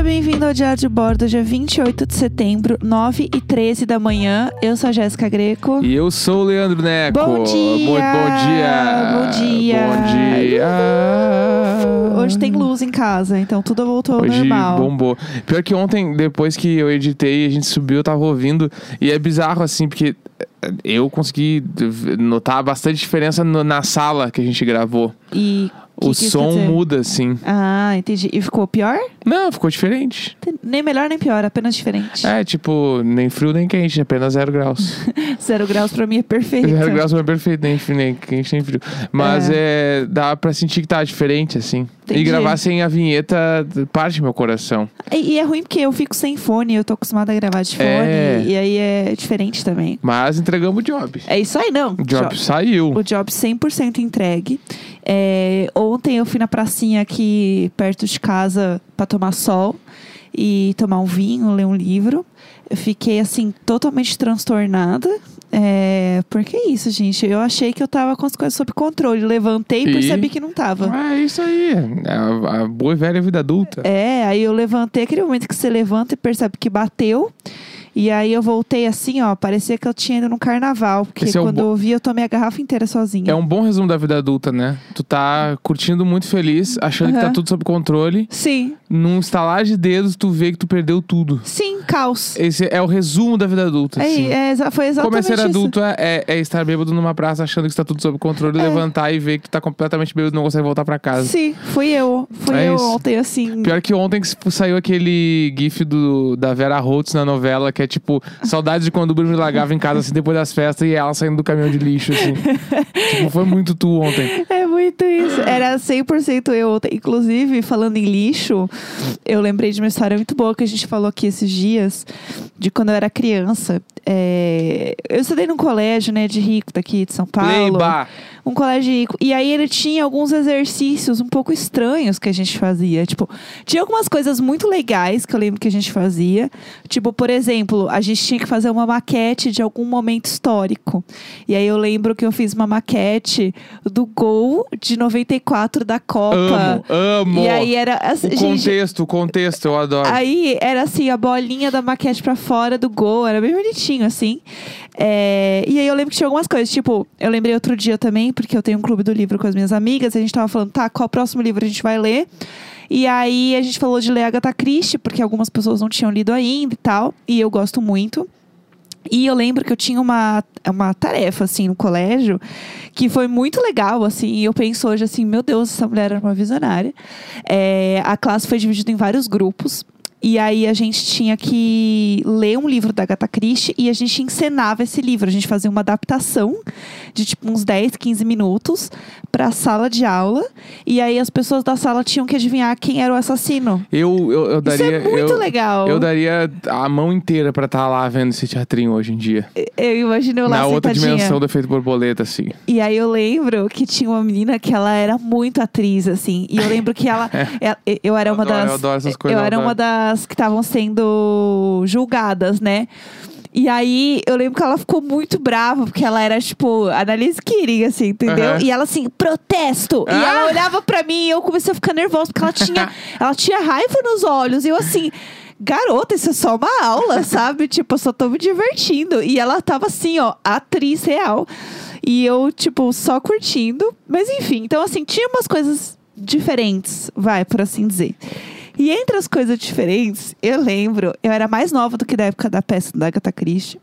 Seja bem-vindo ao Diário de Bordo, dia 28 de setembro, 9h13 da manhã. Eu sou a Jéssica Greco. E eu sou o Leandro Neco. Bom dia! Muito bom dia! Bom dia! Bom dia! Hoje tem luz em casa, então tudo voltou ao Hoje normal. bombou. Pior que ontem, depois que eu editei, a gente subiu, eu tava ouvindo. E é bizarro, assim, porque eu consegui notar bastante diferença na sala que a gente gravou. E o som muda, assim. Ah, entendi. E ficou pior? Não, ficou diferente. Nem melhor nem pior, apenas diferente. É, tipo, nem frio nem quente, apenas 0 graus. 0 graus pra mim é perfeito. 0 graus pra mim é perfeito, nem quente nem frio. Mas dá pra sentir que tá diferente, assim. Entendi. E gravar sem a vinheta parte do meu coração. E é ruim porque eu fico sem fone, eu tô acostumada a gravar de fone, e aí é diferente também. Mas entregamos o job. É isso aí, não. O job saiu. O job 100% entregue. Ontem eu fui na pracinha aqui perto de casa pra tomar sol e tomar um vinho, ler um livro. Eu fiquei, assim, totalmente transtornada. Porque é isso, gente. Eu achei que eu tava com as coisas sob controle. Levantei e percebi que não tava. É isso aí. A boa e velha vida adulta. Aí eu levantei, aquele momento que você levanta e percebe que bateu. E aí eu voltei assim, ó, parecia que eu tinha ido num carnaval. Porque quando eu vi, eu tomei a garrafa inteira sozinha. É um bom resumo da vida adulta, né? Tu tá curtindo muito feliz, achando que tá tudo sob controle. Sim. Num estalar de dedos, tu vê que tu perdeu tudo. Sim, caos. Esse é o resumo da vida adulta, assim. Foi exatamente Como é ser isso. adulto é estar bêbado numa praça achando que está tudo sob controle, levantar e ver que tu tá completamente bêbado e não consegue voltar pra casa. Sim, fui eu isso. ontem, assim. Pior que ontem que saiu aquele gif da Vera Holtz na novela, que é tipo, saudades de quando o Bruno largava em casa assim depois das festas e ela saindo do caminhão de lixo, assim. Tipo, foi muito tu ontem. É muito isso. Era 100% eu ontem. Inclusive, falando em lixo, eu lembrei de uma história muito boa que a gente falou aqui esses dias, de quando eu era criança. Eu estudei num colégio, né, de rico daqui de São Paulo. Playba. Um colégio rico. E aí ele tinha alguns exercícios um pouco estranhos que a gente fazia. Tipo, tinha algumas coisas muito legais que eu lembro que a gente fazia. Tipo, por exemplo, a gente tinha que fazer uma maquete de algum momento histórico. E aí eu lembro que eu fiz uma maquete do gol de 94 da Copa. Amo! E aí era assim, o contexto, eu adoro. Aí era assim, a bolinha da maquete pra fora do gol. Era bem bonitinho, assim. E aí eu lembro que tinha algumas coisas. Tipo, eu lembrei outro dia também, porque eu tenho um clube do livro com as minhas amigas. E a gente tava falando, tá, qual o próximo livro a gente vai ler? E aí a gente falou de ler Agatha Christie, porque algumas pessoas não tinham lido ainda e tal. E eu gosto muito. E eu lembro que eu tinha uma tarefa, assim, no colégio, que foi muito legal, assim. E eu penso hoje, assim, meu Deus, essa mulher era uma visionária. A classe foi dividida em vários grupos. E aí a gente tinha que ler um livro da Agatha Christie e a gente encenava esse livro. A gente fazia uma adaptação de tipo uns 10, 15 minutos pra sala de aula. E aí as pessoas da sala tinham que adivinhar quem era o assassino. Eu daria... Isso é muito legal. Eu daria a mão inteira pra estar lá vendo esse teatrinho hoje em dia. Eu imagino eu lá na outra sentadinha. dimensão do efeito borboleta, assim. E aí eu lembro que tinha uma menina que ela era muito atriz, assim. E eu lembro que eu era uma das... Eu adoro essas coisas. Eu era uma das que estavam sendo julgadas, né? E aí, eu lembro que ela ficou muito brava, porque ela era, tipo, Annalise Keating, assim, entendeu? E ela, assim, protesto! E ela olhava pra mim e eu comecei a ficar nervosa, porque ela tinha raiva nos olhos. E eu, assim, garota, isso é só uma aula, sabe? Tipo, eu só tô me divertindo. E ela tava, assim, ó, atriz real. E eu, tipo, só curtindo. Mas, enfim, então, assim, tinha umas coisas diferentes, por assim dizer. E entre as coisas diferentes, eu lembro... Eu era mais nova do que da época da peça da Agatha Christie.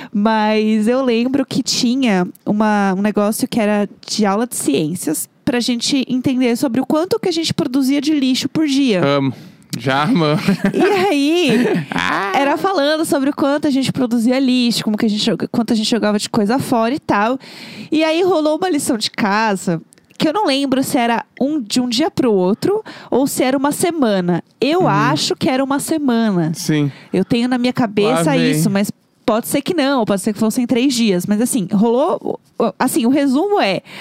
Mas eu lembro que tinha um negócio que era de aula de ciências. Pra gente entender sobre o quanto que a gente produzia de lixo por dia. Amo. Já, mano. E aí, era falando sobre o quanto a gente produzia lixo, quanto a gente jogava de coisa fora e tal. E aí rolou uma lição de casa... que eu não lembro se era de um dia pro outro ou se era uma semana. Eu acho que era uma semana. Sim. Eu tenho na minha cabeça isso, mas pode ser que não. Pode ser que fossem 3 dias. Mas assim, rolou... Assim, o resumo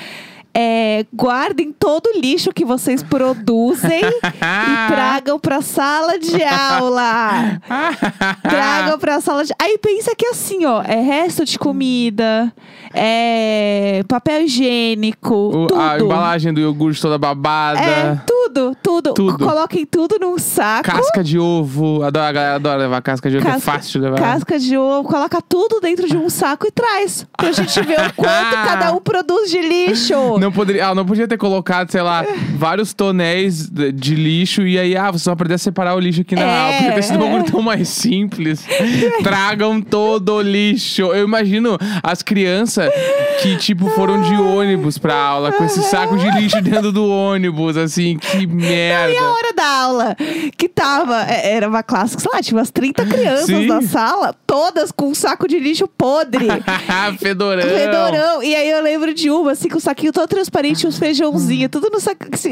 guardem todo o lixo que vocês produzem e tragam pra sala de aula. Tragam pra sala de... Aí pensa que assim, ó, resto de comida, papel higiênico, tudo. A embalagem do iogurte toda babada. Tudo. tudo. Tudo. Coloquem tudo num saco. Casca de ovo. A galera adora levar casca de ovo, que é fácil de levar. Casca de ovo. Coloca tudo dentro de um saco e traz. Pra gente ver o quanto cada um produz de lixo. Não podia ter colocado, sei lá, vários tonéis de lixo e aí, você vai aprender a separar o lixo aqui na aula. Podia ter sido um bagulho tão mais simples. Tragam todo o lixo. Eu imagino as crianças que, tipo, foram de ônibus pra aula com esse saco de lixo dentro do ônibus, assim, que merda. E a hora da aula, que tava, era uma classe que, sei lá, tinha umas 30 crianças Sim. na sala, todas com um saco de lixo podre. Fedorão. E aí eu lembro de uma, assim, com o saquinho todo transparente, os feijãozinhos, tudo no saco, assim,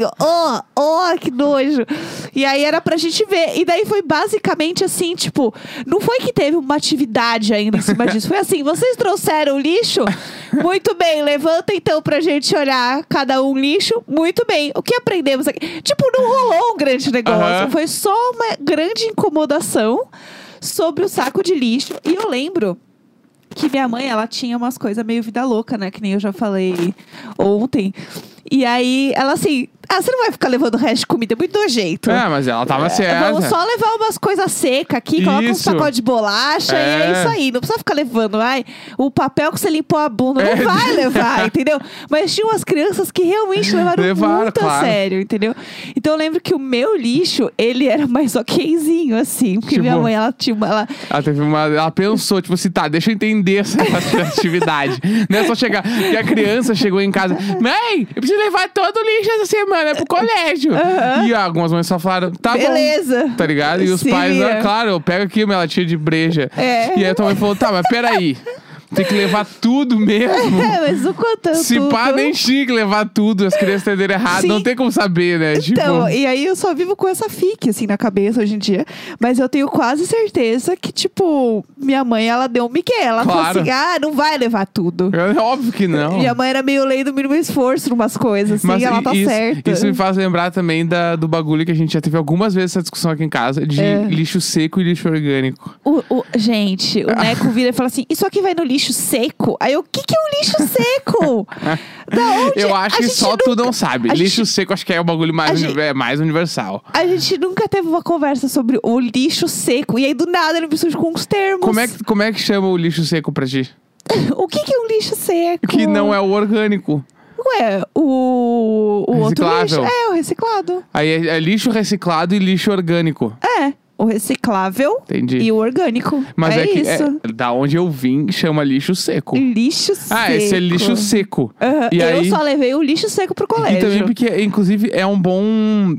que nojo. E aí era pra gente ver. E daí foi basicamente assim, tipo, não foi que teve uma atividade ainda em cima disso. Foi assim, vocês trouxeram lixo? Muito bem, levanta então pra gente olhar cada um lixo. Muito bem, o que aprendemos aqui? Tipo, não rolou um grande negócio. Foi só uma grande incomodação sobre o saco de lixo. E eu lembro que minha mãe, ela tinha umas coisas meio vida louca, né? Que nem eu já falei ontem. E aí, ela assim... você não vai ficar levando o resto de comida, é muito nojento. Mas ela tava certa. Vamos só levar umas coisas secas aqui, coloca uns pacotes de bolacha e é isso aí. Não precisa ficar levando, o papel que você limpou a bunda. Não vai levar, entendeu? Mas tinha umas crianças que realmente levaram muito a sério, entendeu? Então eu lembro que o meu lixo, ele era mais okzinho, assim. Porque minha mãe, ela tinha uma... Ela pensou, tipo assim, deixa eu entender essa atividade. Não é só chegar... E a criança chegou em casa, mãe, eu preciso levar todo o lixo essa semana pro colégio. E algumas mães só falaram, beleza. Bom. Tá ligado? E os pais, claro, eu pego aqui minha latinha de breja. E aí a tua mãe falou, mas peraí. Tem que levar tudo mesmo. Mas o quanto Se tudo. pá, nem tinha que levar tudo. As crianças entenderam errado. Sim. Não tem como saber, né? Então, e aí eu só vivo com essa fique, assim, na cabeça hoje em dia. Mas eu tenho quase certeza que, tipo, minha mãe, ela deu um migué. Ela falou assim, não vai levar tudo. É óbvio que não. Minha mãe era meio lei do mínimo esforço numas coisas, assim, mas ela tá certa. Isso me faz lembrar também do bagulho que a gente já teve algumas vezes essa discussão aqui em casa, de lixo seco e lixo orgânico. Gente, o Neco vira e fala assim, isso aqui vai no lixo seco? Aí o que é um lixo seco? Da onde? Eu acho que só tu não sabe. Lixo seco acho que é o bagulho mais universal. A gente nunca teve uma conversa sobre o lixo seco. E aí do nada ele me surge com uns termos. Como é que chama o lixo seco pra ti? O que é um lixo seco? Que não é o orgânico. Ué, o outro lixo o reciclado. Aí é lixo reciclado e lixo orgânico. O reciclável. Entendi. E o orgânico. Mas isso. Da onde eu vim, chama lixo seco. Lixo seco. Esse é lixo seco. E eu só levei o lixo seco pro colégio. E também porque, inclusive, é um bom...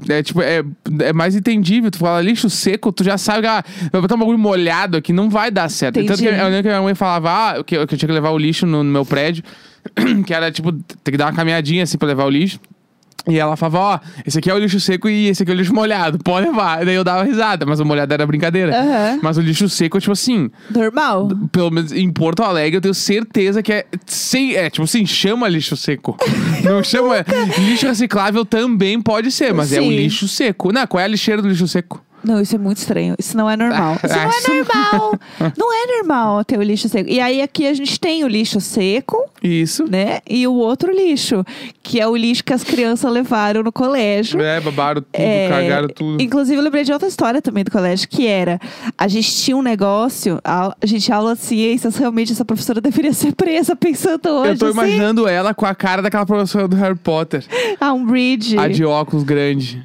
É mais entendível. Tu fala lixo seco, tu já sabe que vai botar um bagulho molhado aqui, não vai dar certo. Entendi. Tanto que eu lembro que minha mãe falava que eu tinha que levar o lixo no meu prédio. Que era, tipo, ter que dar uma caminhadinha, assim, pra levar o lixo. E ela falava, esse aqui é o lixo seco e esse aqui é o lixo molhado, pode levar. E daí eu dava risada, mas o molhado era brincadeira. Mas o lixo seco, tipo assim... Normal. Pelo menos em Porto Alegre, eu tenho certeza que tipo assim, chama lixo seco. Não chama... Lixo reciclável também pode ser, mas é o lixo seco. Não, qual é a lixeira do lixo seco? Não, isso é muito estranho. Isso não é normal. Isso não é normal. Não é normal ter o lixo seco. E aí aqui a gente tem o lixo seco. Isso. Né? E o outro lixo, que é o lixo que as crianças levaram no colégio. Babaram tudo, cagaram tudo. Inclusive, eu lembrei de outra história também do colégio, que era... A gente tinha um negócio... A gente aula de ciências, realmente essa professora deveria ser presa, pensando hoje. Eu tô imaginando ela com a cara daquela professora do Harry Potter. Umbridge. A de óculos grande.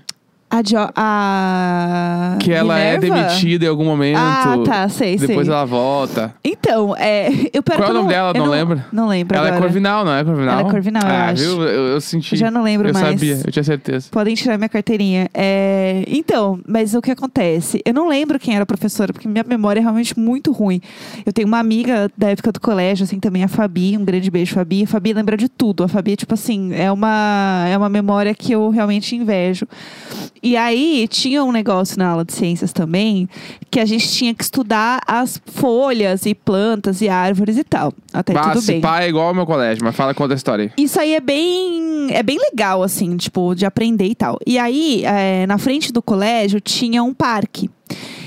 Que ela Minerva? é demitida em algum momento. Tá, sei. Depois ela volta. Então, Qual é o nome dela? Não lembra? Não lembro Ela agora. é Corvinal, não é Corvinal? Ela é Corvinal, eu acho. Viu? Eu senti. Eu já não lembro mais. Eu sabia, eu tinha certeza. Podem tirar minha carteirinha. Então, mas o que acontece? Eu não lembro quem era a professora, porque minha memória é realmente muito ruim. Eu tenho uma amiga da época do colégio, assim, também a Fabi. Um grande beijo, Fabi. A Fabi lembra de tudo. A Fabi, tipo assim, é uma memória que eu realmente invejo. E aí, tinha um negócio na aula de ciências também, que a gente tinha que estudar as folhas e plantas e árvores e tal. Até tudo bem. É igual ao meu colégio, mas conta a história aí. Isso aí é bem legal, assim, tipo, de aprender e tal. E aí, na frente do colégio, tinha um parque.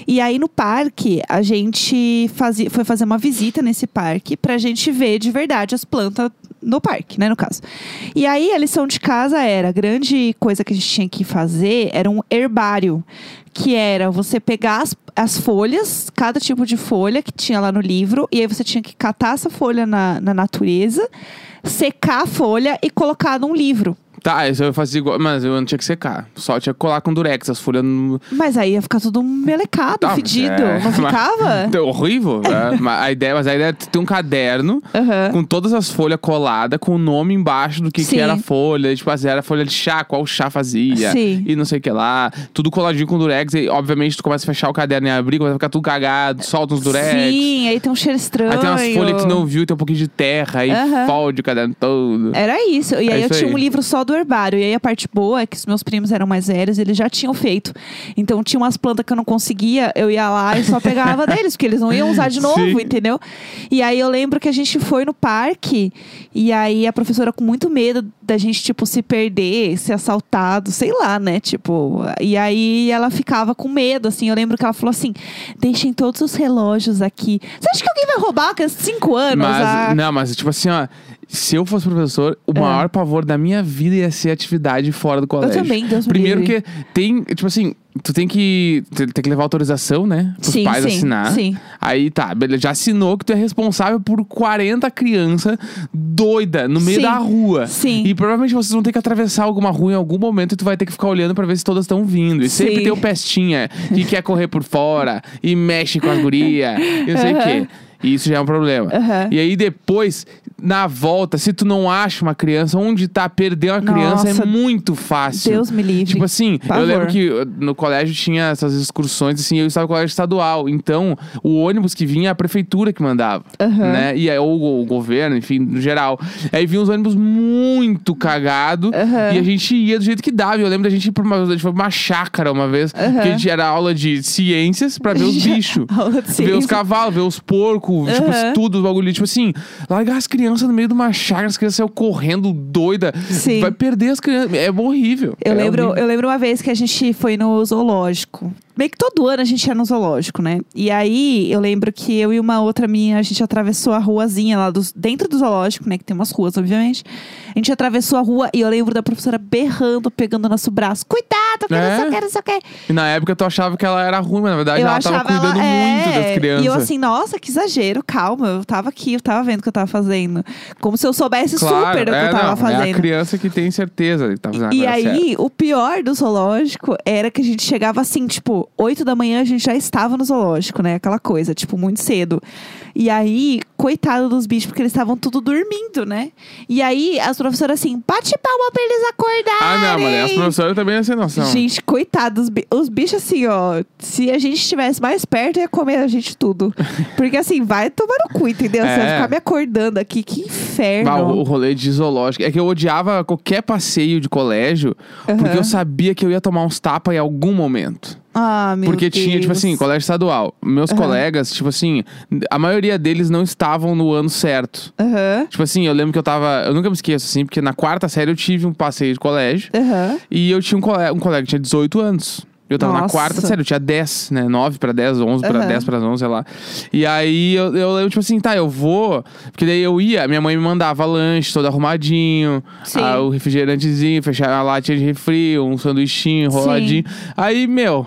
E aí no parque, a gente foi fazer uma visita nesse parque pra gente ver de verdade as plantas no parque, né, no caso. E aí a lição de casa era, a grande coisa que a gente tinha que fazer era um herbário, que era você pegar as folhas, cada tipo de folha que tinha lá no livro, e aí você tinha que catar essa folha na natureza, secar a folha e colocar num livro. Tá, isso eu fazia igual, mas eu não tinha que secar. Só tinha que colar com durex, as folhas não... Mas aí ia ficar tudo melecado, Tá, fedido. mas Não ficava? Horrível. Mas a ideia é ter um caderno com todas as folhas coladas, com o nome embaixo do que era a folha. Tipo, era a folha de chá, qual chá fazia. Sim. E não sei o que lá. Tudo coladinho com durex. E, obviamente, tu começa a fechar o caderno e abrir, começa a ficar tudo cagado, solta uns durex. Sim, aí tem um cheiro estranho. Aí tem umas folhas que tu não viu, tem um pouquinho de terra. Aí fode o caderno todo. Era isso. E aí eu tinha aí. um livro só do herbário. E aí a parte boa é que os meus primos eram mais velhos, eles já tinham feito. Então tinha umas plantas que eu não conseguia, eu ia lá e só pegava deles, porque eles não iam usar de novo, Sim. entendeu? E aí eu lembro que a gente foi no parque, e aí a professora com muito medo da gente, tipo, se perder, ser assaltado, sei lá, né? Tipo, e aí ela ficava com medo, assim. Eu lembro que ela falou assim: deixem todos os relógios aqui. Você acha que alguém vai roubar com esses 5 anos? Não, mas tipo assim, ó. Se eu fosse professor, o maior pavor da minha vida ia ser atividade fora do colégio. Eu também, Deus me Primeiro livre. que tem, tipo assim, tu tem que levar autorização, né? Pros pais assinar. Sim. Aí tá, beleza, já assinou que tu é responsável por 40 crianças doidas no meio da rua. Sim. E provavelmente vocês vão ter que atravessar alguma rua em algum momento e tu vai ter que ficar olhando pra ver se todas estão vindo. E sempre tem o pestinha que quer correr por fora e mexe com as gurias e não sei o quê. E isso já é um problema. E aí depois, na volta, se tu não acha uma criança, onde tá perder uma criança é muito fácil. Deus me livre. Tipo assim, eu lembro que no colégio tinha essas excursões, assim, eu estava no colégio estadual. Então, o ônibus que vinha, a prefeitura que mandava. Né? E aí, ou o governo, enfim, no geral. Aí vinha uns ônibus muito cagados e a gente ia do jeito que dava. Eu lembro da gente ir pra uma chácara uma vez, que a gente era aula de ciências pra ver os bichos. Ver os cavalos, ver os porcos. Tipo, tudo, o bagulho. Tipo assim, largar as crianças no meio de uma chácara, as crianças saiam correndo doida. Sim. Vai perder as crianças. É horrível. Eu lembro uma vez que a gente foi no zoológico. Meio que todo ano a gente ia no zoológico, né? E aí, eu lembro que eu e uma outra menina, a gente atravessou a ruazinha lá dentro do zoológico, né? Que tem umas ruas, obviamente. A gente atravessou a rua e eu lembro da professora berrando, pegando o nosso braço. Cuidado, porque não sei o que. E na época tu achava que ela era ruim, mas na verdade ela tava cuidando muito das crianças. E eu assim, nossa, que exagero, calma. Eu tava aqui, eu tava vendo o que eu tava fazendo. Como se eu soubesse super do que eu tava fazendo. É a criança que tem certeza que tá fazendo a coisa certa. E aí, o pior do zoológico era que a gente chegava assim, tipo, 8 da manhã a gente já estava no zoológico, né? Aquela coisa, tipo, muito cedo. E aí, coitado dos bichos, porque eles estavam tudo dormindo, né? E aí, as professoras assim, bate palma pra eles acordarem. Ah, não, mas as professoras também não têm noção. Gente, coitados, os bichos assim, ó, se a gente estivesse mais perto, ia comer a gente tudo. Porque assim, vai tomar no cu, entendeu? Você vai ficar me acordando aqui, que inferno. O rolê de zoológico. É que eu odiava qualquer passeio de colégio, porque eu sabia que eu ia tomar uns tapas em algum momento. Ah, meu Porque Deus. tinha, tipo assim, colégio estadual. Meus colegas, tipo assim, a maioria deles não estavam no ano certo. Tipo assim, eu lembro que eu nunca me esqueço, assim, porque na 4ª série eu tive um passeio de colégio. E eu tinha um colega que tinha 18 anos. Eu tava na 4ª série, eu tinha 10, né? 9 pra 10, 11 pra 10 pra 11, sei lá. E aí eu lembro, tipo assim, tá, eu vou. Porque daí eu ia, minha mãe me mandava lanche todo arrumadinho, o refrigerantezinho, fechar a latinha de refri, um sanduichinho enroladinho. Aí,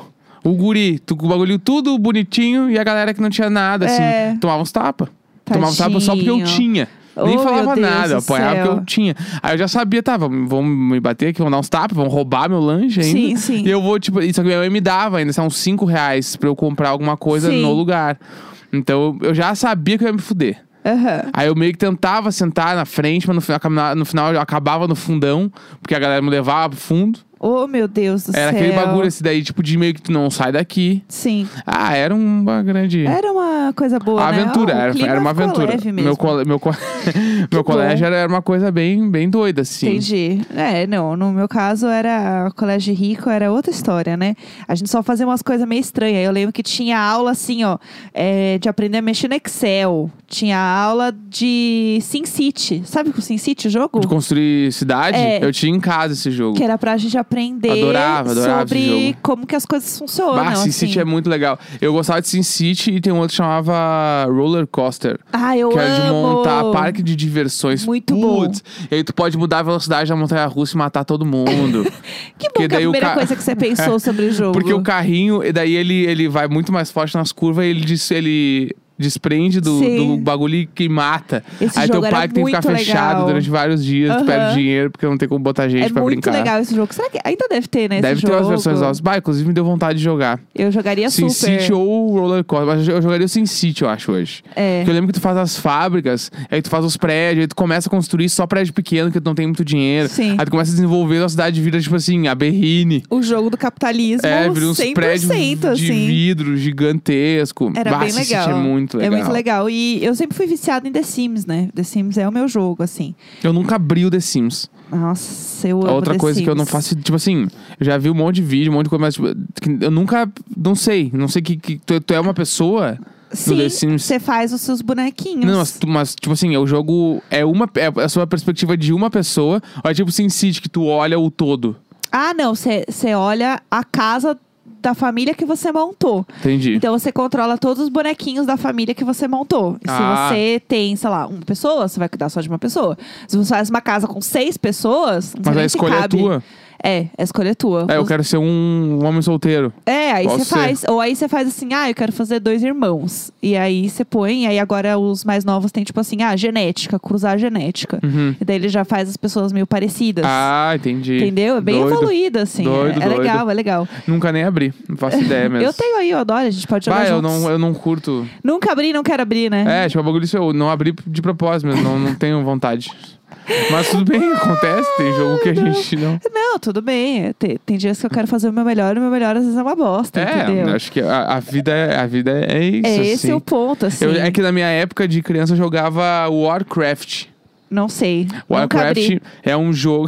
o guri, com o bagulho tudo bonitinho e a galera que não tinha nada, assim, tomava uns tapas. Tomava uns tapas só porque eu tinha. Nem falava nada, eu apoiava porque eu tinha. Aí eu já sabia, tá, vão me bater aqui, vão dar uns tapas, vão roubar meu lanche ainda. Sim. E eu vou, tipo, isso que minha mãe me dava ainda, são uns 5 reais pra eu comprar alguma coisa no lugar. Então eu já sabia que eu ia me fuder. Aí eu meio que tentava sentar na frente, mas no final eu acabava no fundão, porque a galera me levava pro fundo. Oh, meu Deus do céu. Era aquele bagulho esse daí, tipo, de meio que tu não sai daqui. Sim. Ah, era uma grande... Era uma coisa boa, né? Aventura, era uma aventura. Leve mesmo. Meu colégio era uma coisa bem doida, assim. Entendi. Não, no meu caso era colégio rico, era outra história, né? A gente só fazia umas coisas meio estranhas. Eu lembro que tinha aula, assim, ó, de aprender a mexer no Excel. Tinha aula de SimCity. Sabe o SimCity, o jogo? De construir cidade? Eu tinha em casa esse jogo. Que era pra gente aprender aprender Adorava esse sobre jogo. como que as coisas funcionam. SimCity é muito legal. Eu gostava de SimCity e tem um outro que chamava Roller Coaster. Eu que amo! era de montar parque de diversões. Muito bom. E aí tu pode mudar a velocidade da montanha-russa e matar todo mundo. Que bom que é a primeira coisa que você pensou sobre o jogo. Porque o carrinho, e daí ele vai muito mais forte nas curvas e ele desprende do bagulho que mata. Esse aí jogo teu parque tem que ficar fechado durante vários dias, tu perde dinheiro porque não tem como botar gente pra brincar. É muito legal esse jogo. Será que ainda deve ter, né, Deve esse ter jogo? as versões novas. Inclusive me deu vontade de jogar. Eu jogaria super. SimCity ou Roller Coaster. Mas eu jogaria o SimCity, eu acho, hoje. Porque eu lembro que tu faz as fábricas, aí tu faz os prédios, aí tu começa a construir só prédio pequeno, que tu não tem muito dinheiro. Sim. Aí tu começa a desenvolver a cidade de vida, tipo assim, a Berrine. O jogo do capitalismo, vira uns 100%, prédios de assim. vidro gigantesco. Era bem legal. É muito legal. É muito legal. E eu sempre fui viciada em The Sims, né? The Sims é o meu jogo, assim. Eu nunca abri o The Sims. Nossa, eu amo Outra The coisa Sims. que eu não faço, tipo assim, eu já vi um monte de vídeo, um monte de coisa, mas tipo, eu nunca, não sei que tu é uma pessoa no The Sims. Você faz os seus bonequinhos. Não, mas tipo assim, o jogo é a sua perspectiva de uma pessoa, ou é tipo SimCity, que tu olha o todo. Não, você olha a casa da família que você montou. Entendi. Então você controla todos os bonequinhos da família que você montou. E se você tem, sei lá, uma pessoa, você vai cuidar só de uma pessoa. Se você faz uma casa com 6 pessoas, não sei Mas nem a se escolha cabe. é tua. A escolha é tua. Eu quero ser um homem solteiro. Aí Posso você ser. faz. Ou aí você faz assim, eu quero fazer 2 irmãos. E aí você põe, e aí agora os mais novos tem tipo assim, genética, cruzar a genética. E daí ele já faz as pessoas meio parecidas. Entendi. Entendeu? É bem evoluído, assim. Doido. Legal, é legal. Nunca nem abri. Não faço ideia mesmo. Eu tenho aí, eu adoro, a gente pode jogar juntos. Eu não curto. Nunca abri, não quero abrir, né? Tipo, o bagulho isso eu não abri de propósito mesmo, não tenho vontade. Mas tudo bem, acontece, tem jogo que a gente não... Não, tudo bem. Tem dias que eu quero fazer o meu melhor, e o meu melhor às vezes é uma bosta, entendeu? Acho que a vida é isso, esse assim. é o ponto, assim. É que na minha época de criança eu jogava Warcraft. Não sei. Warcraft é um jogo.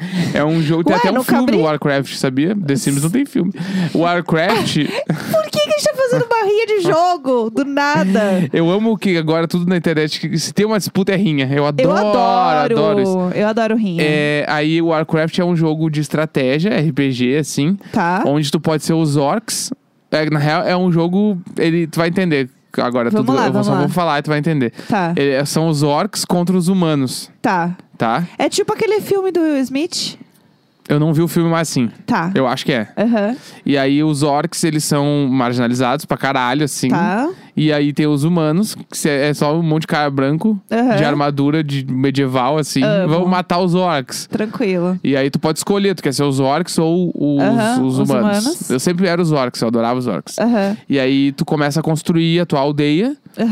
Tem até um filme Warcraft, sabia? The Sims não tem filme. Warcraft. Por que a gente tá fazendo barrinha de jogo? Do nada. Eu amo que agora tudo na internet, se tem uma disputa é rinha. Eu adoro isso. Eu adoro rinha. Aí o Warcraft é um jogo de estratégia, RPG, assim. Tá. Onde tu pode ser os orcs. Na real, é um jogo. Tu vai entender. Agora, eu vou falar e tu vai entender. Tá. São os orcs contra os humanos. Tá. É tipo aquele filme do Will Smith? Eu não vi o filme, mas sim. Tá. Eu acho que é. E aí os orcs, eles são marginalizados pra caralho, assim. Tá. E aí tem os humanos, que é só um monte de cara branco, de armadura de medieval, assim. Vamos matar os orcs. Tranquilo. E aí tu pode escolher, tu quer ser os orcs ou os humanos. Eu sempre era os orcs, eu adorava os orcs. E aí tu começa a construir a tua aldeia.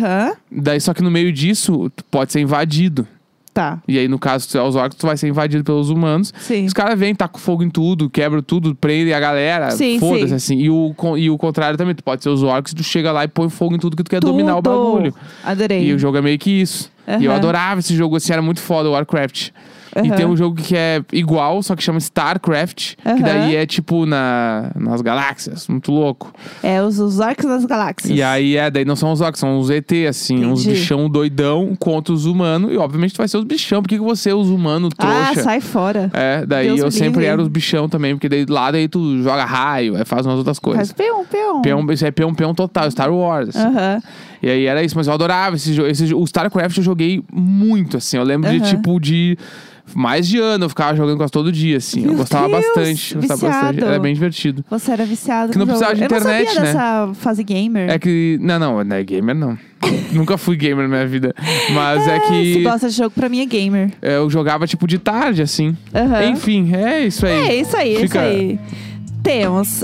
Daí só que no meio disso, tu pode ser invadido. Tá. E aí, no caso, se tu é os orcs, tu vai ser invadido pelos humanos. Sim. Os caras vêm, tacam fogo em tudo, quebram tudo, prendem a galera. Foda-se, assim. E o contrário também. Tu pode ser os orcs, tu chega lá e põe fogo em tudo que tu quer dominar o bagulho. Adorei. E o jogo é meio que isso. E eu adorava esse jogo, assim, era muito foda, o Warcraft. E tem um jogo que é igual, só que chama StarCraft. Que daí é tipo nas galáxias. Muito louco. Os orcs das galáxias. E aí daí não são os orcs, são os ET, assim. Entendi. Uns bichão doidão contra os humanos. E obviamente tu vai ser os bichão. Por que você é os humanos trouxa? Sai fora. Daí Deus eu sempre livre. era os bichão também. Porque daí lá daí tu joga raio, faz umas outras coisas. Faz peão. Isso é peão total, Star Wars. Assim. E aí era isso, mas eu adorava esse jogo. O StarCraft eu joguei muito, assim. Eu lembro de mais de ano eu ficava jogando quase todo dia, assim. Meu eu gostava Deus, bastante. Era bem divertido. Você era viciado que no não jogo. precisava de internet, eu não sabia dessa fase gamer. É que... Não é gamer, não. Nunca fui gamer na minha vida. Mas é que... Se gosta de jogo, pra mim é gamer. Eu jogava, tipo, de tarde, assim. Enfim, é isso aí. É isso aí. Temos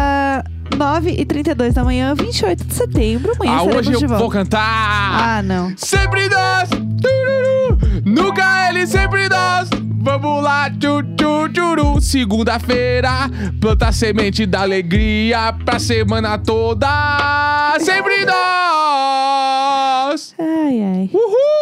9h32 da manhã, 28 de setembro. Amanhã hoje eu vou cantar. Não. Sempre nós, nunca ele, sempre nós. Vamos lá, tchuru. Segunda-feira, planta a semente da alegria pra semana toda. Sempre nós. Ai. Uhul.